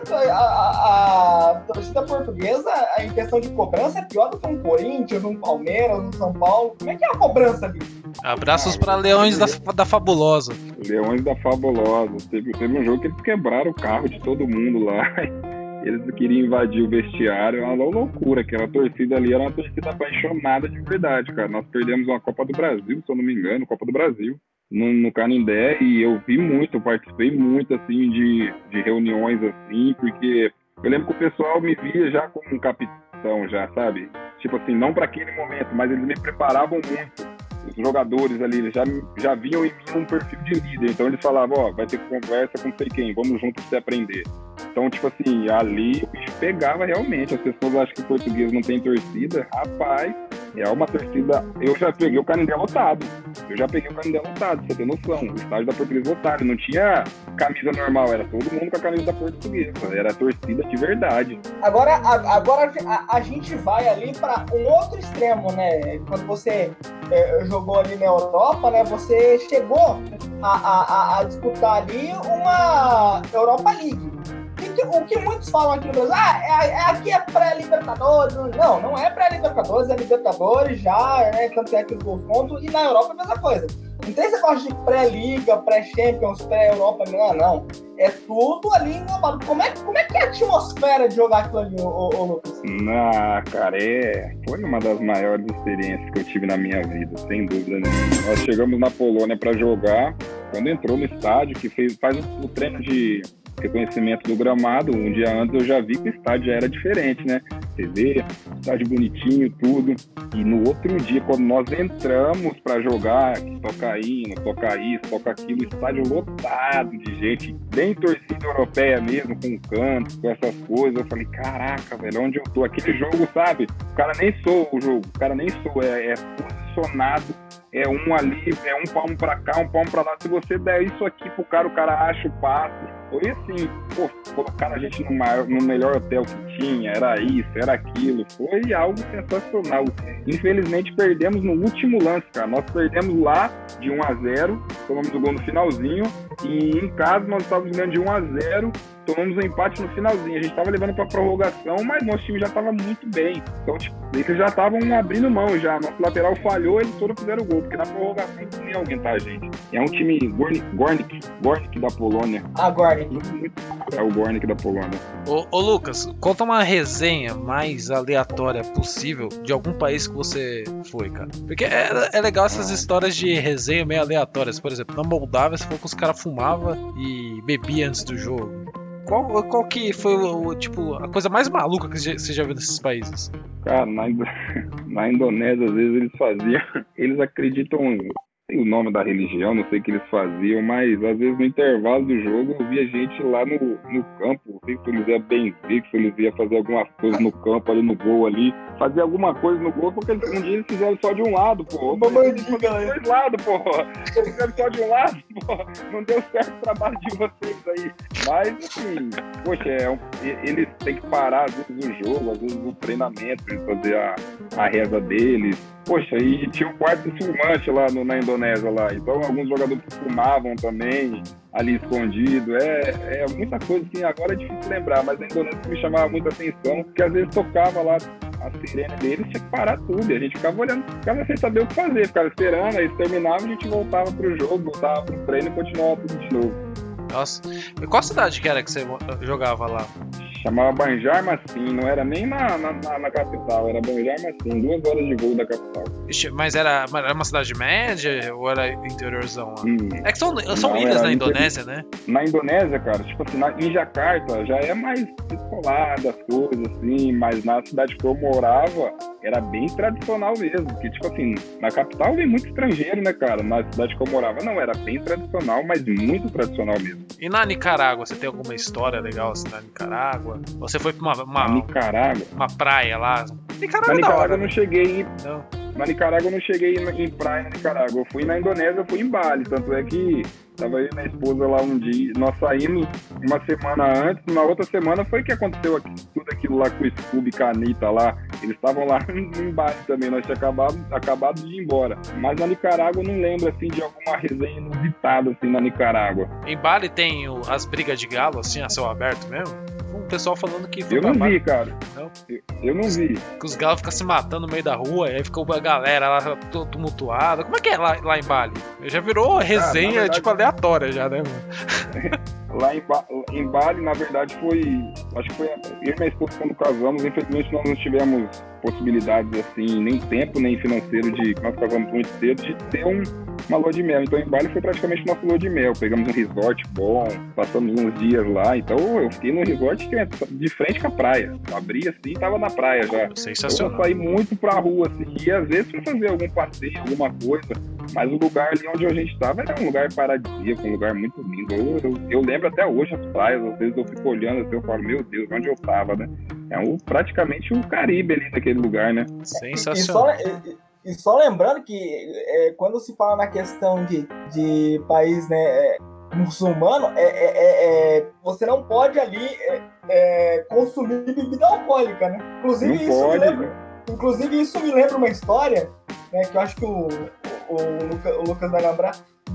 a torcida portuguesa, em questão de cobrança, é pior do que um Corinthians, um Palmeiras, um São Paulo. Como é que é a cobrança ali? Abraços para Leões da Fabulosa. Leões da Fabulosa. Teve um jogo que eles quebraram o carro de todo mundo lá. Eles queriam invadir o vestiário. É uma loucura. Aquela torcida ali era uma torcida apaixonada de verdade, cara. Nós perdemos uma Copa do Brasil, se eu não me engano, Copa do Brasil. No Canindé, e eu vi muito, eu participei muito, assim, de reuniões, assim, porque eu lembro que o pessoal me via já como um capitão, já, sabe? Tipo assim, não para aquele momento, mas eles me preparavam muito. Os jogadores ali, eles já viam em mim um perfil de líder, então eles falavam, vai ter conversa com não sei quem, vamos juntos pra você aprender. Então, tipo assim, ali o bicho pegava realmente. As pessoas acham que o português não tem torcida. Rapaz, é uma torcida. Eu já peguei o Canindé lotado. Você tem noção. O estádio da Portuguesa lotado. Não tinha camisa normal, era todo mundo com a camisa da Portuguesa. Era torcida de verdade. Agora a gente vai ali para um outro extremo, né? Quando você jogou ali na Europa, né? Você chegou a disputar ali uma Europa League. O que muitos falam aqui no Brasil, aqui é pré-Libertadores. Não é pré-Libertadores, é Libertadores já, né? Tanto é que os gols contam, e na Europa é a mesma coisa. Não tem esse negócio de pré-Liga, pré-Champions, pré-Europa, não. É tudo ali englobado. Como é que é a atmosfera de jogar aquilo ali, ô Lucas? Cara, foi uma das maiores experiências que eu tive na minha vida, sem dúvida nenhuma. Nós chegamos na Polônia para jogar, quando entrou no estádio, que faz o treino de reconhecimento do gramado, um dia antes eu já vi que o estádio já era diferente, né? Você vê, estádio bonitinho, tudo. E no outro dia, quando nós entramos pra jogar, toca aí, toca aquilo, estádio lotado de gente, bem torcida europeia mesmo, com cantos, com essas coisas. Eu falei, caraca, velho, onde eu tô? Aquele jogo, sabe? O cara nem soa o jogo, é posicionado. É um ali, é um palmo pra cá, um palmo pra lá. Se você der isso aqui pro cara, o cara acha o passe. Foi assim, colocaram a gente no melhor hotel que tinha, era isso, era aquilo. Foi algo sensacional. Infelizmente perdemos no último lance, cara. Nós perdemos lá de 1-0, tomamos o gol no finalzinho. E em casa nós estávamos ganhando de 1-0, tomamos um empate no finalzinho. A gente estava levando para prorrogação, mas nosso time já estava muito bem. Então, tipo, eles já estavam abrindo mão já. Nosso lateral falhou, eles todos fizeram gol, porque na prorrogação não ia aguentar a gente. É um time Górnik da Polônia. Górnik. É o Górnik da Polônia. Ô Lucas, conta uma resenha mais aleatória possível de algum país que você foi, cara. Porque é legal essas histórias de resenha meio aleatórias. Por exemplo, na Moldávia, você falou que os caras fumavam e bebiam antes do jogo. Qual que foi tipo, a coisa mais maluca que você já viu nesses países? Cara, na Indonésia, às vezes eles acreditam, não sei o nome da religião, não sei o que eles faziam, mas às vezes no intervalo do jogo eu via gente lá no campo, não sei se eles iam benzer, se eles iam fazer alguma coisa no campo, ali no gol ali, fazer alguma coisa no gol, porque um dia eles fizeram só de um lado, pô. Eles fizeram dois lados, pô. Eles fizeram só de um lado, pô. Não deu certo o trabalho de vocês aí. Mas, assim, poxa, eles têm que parar, às vezes, o jogo, às vezes o treinamento, pra eles fazer a reza deles. Poxa, e tinha um quarto de fumante lá na Indonésia, lá. Então, alguns jogadores fumavam também, ali escondido. É muita coisa que agora é difícil lembrar, mas a Indonésia me chamava muita atenção, porque às vezes tocava lá a sirene deles, tinha que parar tudo, e a gente ficava olhando, ficava sem saber o que fazer, ficava esperando, aí terminava, a gente voltava pro jogo, voltava pro treino e continuava tudo de novo. Nossa, e qual cidade que era que você jogava lá? Chamava Banjar Masin, não era nem na capital, era Banjar Masin, 2 horas de voo da capital. Mas era uma cidade média ou era interiorzão lá? É que são ilhas na Indonésia, né? Na Indonésia, cara, tipo assim, em Jakarta já é mais descolada as coisas, assim, mas na cidade que eu morava era bem tradicional mesmo, porque, tipo assim, na capital vem muito estrangeiro, né, cara? Na cidade que eu morava, não, era bem tradicional, mas muito tradicional mesmo. E na Nicarágua, você tem alguma história legal assim na Nicarágua? Você foi pra uma praia lá? Na Nicarágua eu não cheguei Na Nicarágua eu não cheguei em praia na Nicarágua. Eu fui na Indonésia, eu fui em Bali. Tanto é que tava eu e minha esposa lá um dia. Nós saímos uma semana antes. Na outra semana foi que aconteceu tudo aquilo lá com o Scooby e com a Anitta lá. Eles estavam lá em Bali também. Nós tínhamos acabado de ir embora. Mas na Nicarágua eu não lembro assim, de alguma resenha inusitada assim, na Nicarágua. Em Bali tem as brigas de galo assim, a céu aberto mesmo? O pessoal falando que foi eu não vi, cara. Não? Eu não vi. Que os galos ficam se matando no meio da rua, aí fica a galera lá tumultuada. Como é que é lá em Bali? Já virou resenha, verdade, tipo, aleatória já, né, mano? Lá em Bali, na verdade, acho que foi eu e minha esposa quando casamos. Infelizmente nós não tivemos possibilidades assim, nem tempo, nem financeiro nós casamos muito cedo, de ter uma lua de mel. Então em Bali foi praticamente nossa lua de mel. Pegamos um resort bom, passamos uns dias lá. Então eu fiquei num resort que é de frente com a praia. Eu abri assim e tava na praia já. Sensacional. Eu saí muito pra rua assim, e às vezes fui fazer algum passeio, alguma coisa. Mas o lugar ali onde a gente estava era um lugar paradisíaco, um lugar muito lindo. Eu lembro até hoje as praias, às vezes eu fico olhando assim, eu falo, meu Deus, onde eu tava, né? É praticamente um Caribe ali naquele lugar, né? Sensacional. E só lembrando que quando se fala na questão de país, né, muçulmano, você não pode ali consumir bebida alcoólica, né? Inclusive isso me lembra uma história, né, que eu acho que o Lucas vai lembrar,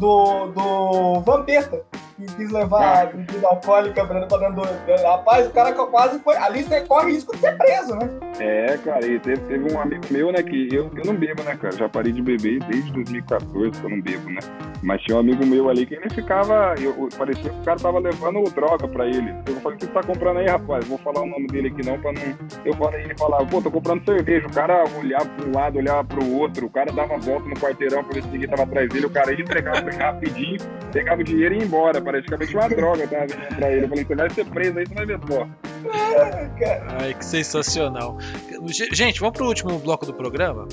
do Vampeta, que quis levar bebida alcoólica pra dentro do... Rapaz, o cara quase foi... Ali você corre risco de ser preso, né? Cara, e teve um amigo meu, né, que eu não bebo, né, cara? Já parei de beber desde 2014 que eu não bebo, né? Mas tinha um amigo meu ali que ele ficava... parecia que o cara tava levando droga pra ele. Eu falei, o que você tá comprando aí, rapaz? Vou falar o nome dele aqui não, pra não... Ele falava, pô, tô comprando cerveja. O cara olhava pra um lado, olhava pro outro. O cara dava volta no quarteirão pra ver se ninguém tava atrás dele. O cara ia entregar rapidinho, pegava o dinheiro e ia embora. Praticamente uma droga tava vendendo pra ele. Eu falei, você vai ser preso aí, você vai ver só. Ai, que sensacional. Gente, vamos pro último bloco do programa?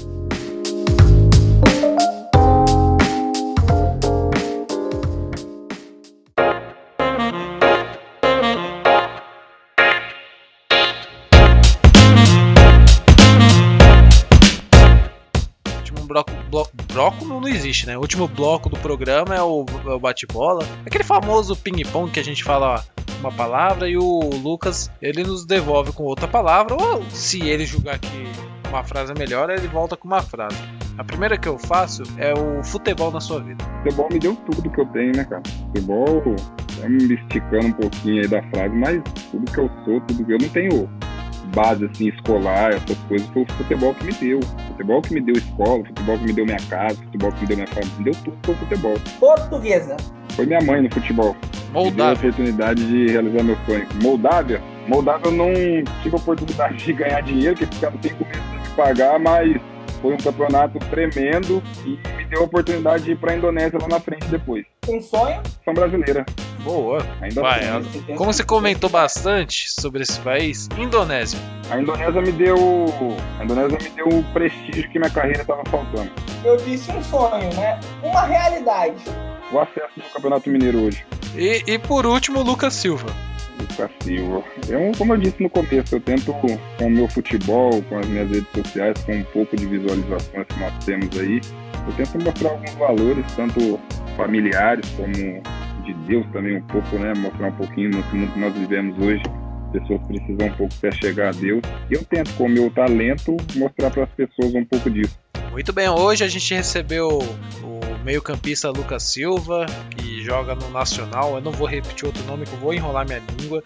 Bloco não existe, né? O último bloco do programa é o bate-bola. Aquele famoso ping-pong que a gente fala uma palavra e o Lucas, ele nos devolve com outra palavra, ou se ele julgar que uma frase é melhor, ele volta com uma frase. A primeira que eu faço é o futebol na sua vida. Futebol me deu tudo que eu tenho, né, cara? Futebol, me esticando um pouquinho aí da frase, mas tudo que eu sou, tudo que eu não tenho base assim, escolar, essas coisas, foi o futebol que me deu. Futebol que me deu escola, futebol que me deu minha casa, futebol que me deu minha família, me deu tudo foi o futebol. Portuguesa. Foi minha mãe no futebol. Moldávia. Me deu a oportunidade de realizar meu sonho. Moldávia? Moldávia eu não tive a oportunidade de ganhar dinheiro, que ficava 5 meses sem me pagar, mas foi um campeonato tremendo e me deu a oportunidade de ir para a Indonésia lá na frente depois. Um sonho? São brasileira. Boa. Ainda Vai, tem. como você comentou bastante sobre esse país, Indonésia. A Indonésia me deu o prestígio que minha carreira estava faltando. Eu disse um sonho, né? Uma realidade. O acesso no Campeonato Mineiro hoje. E por último, Lucas Silva. Lucas Silva. Como eu disse no começo, eu tento, com o meu futebol, com as minhas redes sociais, com um pouco de visualizações que nós temos aí, eu tento mostrar alguns valores, tanto familiares como de Deus também um pouco, né? Mostrar um pouquinho no mundo que nós vivemos hoje. As pessoas precisam um pouco até chegar a Deus. E eu tento, com o meu talento, mostrar para as pessoas um pouco disso. Muito bem, hoje a gente recebeu o meio-campista Lucas Silva, que joga no Nacional. Eu não vou repetir outro nome, que eu vou enrolar minha língua.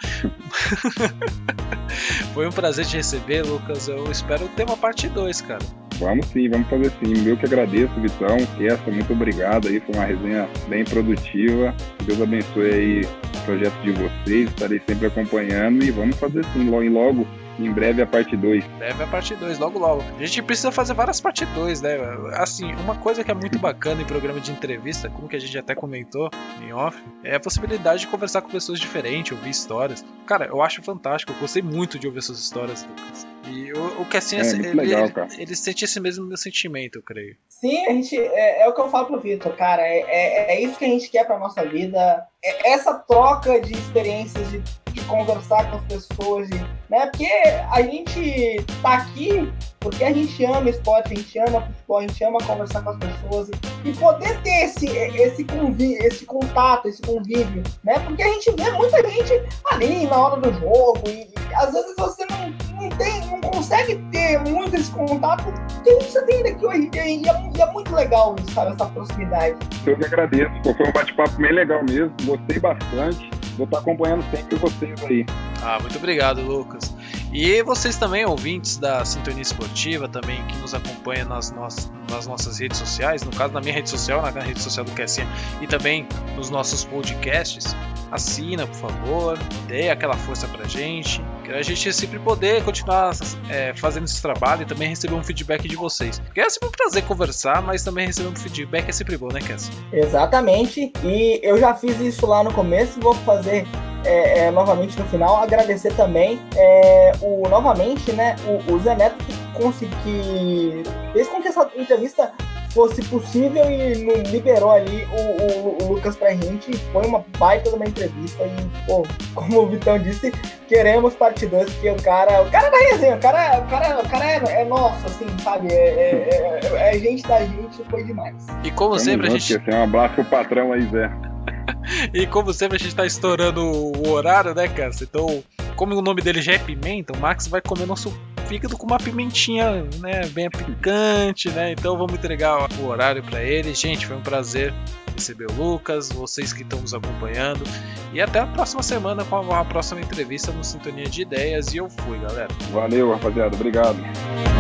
Foi um prazer te receber, Lucas. Eu espero ter uma parte 2, cara. Vamos sim, vamos fazer sim. Eu que agradeço, Vitão. Muito obrigado aí. Foi uma resenha bem produtiva. Deus abençoe aí o projeto de vocês. Estarei sempre acompanhando e vamos fazer sim, logo. Em breve a parte 2. Breve a parte 2, logo. A gente precisa fazer várias parte 2, né? Assim, uma coisa que é muito bacana em programa de entrevista, como que a gente até comentou em off, é a possibilidade de conversar com pessoas diferentes, ouvir histórias. Cara, eu acho fantástico, eu gostei muito de ouvir suas histórias, Lucas. E o Cassinha, ele sente esse mesmo sentimento, eu creio. Sim, a gente, é o que eu falo pro Vitor, cara. É isso que a gente quer pra nossa vida. Essa troca de experiências, de conversar com as pessoas, né? Porque a gente tá aqui porque a gente ama esporte, a gente ama futebol, a gente ama conversar com as pessoas e poder ter esse contato, esse convívio, né? Porque a gente vê muita gente ali na hora do jogo e às vezes você não consegue ter muito esse contato que a gente já tem daqui hoje e é muito legal isso, sabe? Essa proximidade. Eu que agradeço, foi um bate-papo bem legal mesmo, gostei bastante. Vou estar acompanhando sempre vocês aí. Muito obrigado, Lucas. E vocês também, ouvintes da Sintonia Esportiva, também que nos acompanham nas nossas redes sociais, no caso na minha rede social, na rede social do Cassinha, e também nos nossos podcasts, assina, por favor, dê aquela força pra gente, que a gente sempre poder continuar fazendo esse trabalho e também receber um feedback de vocês. Porque é sempre um prazer conversar, mas também receber um feedback é sempre bom, né, Cassinha? Exatamente, e eu já fiz isso lá no começo, vou fazer novamente no final, agradecer também novamente, né, o Zé Neto que fez com que essa entrevista fosse possível e liberou ali o Lucas pra gente. Foi uma baita de uma entrevista e, pô, como o Vitão disse, queremos parte 2, porque o cara da resenha, o cara é nosso, assim, sabe? É gente da gente, foi demais. E como sempre, a gente... Um abraço pro patrão aí, Zé. E como sempre, a gente tá estourando o horário, né, cara? Então, como o nome dele já é Pimenta, o Max vai comer nosso fígado com uma pimentinha, né, bem picante, né? Então vamos entregar o horário pra ele. Gente, foi um prazer receber o Lucas, vocês que estão nos acompanhando. E até a próxima semana com a próxima entrevista no Sintonia de Ideias. E eu fui, galera. Valeu, rapaziada. Obrigado.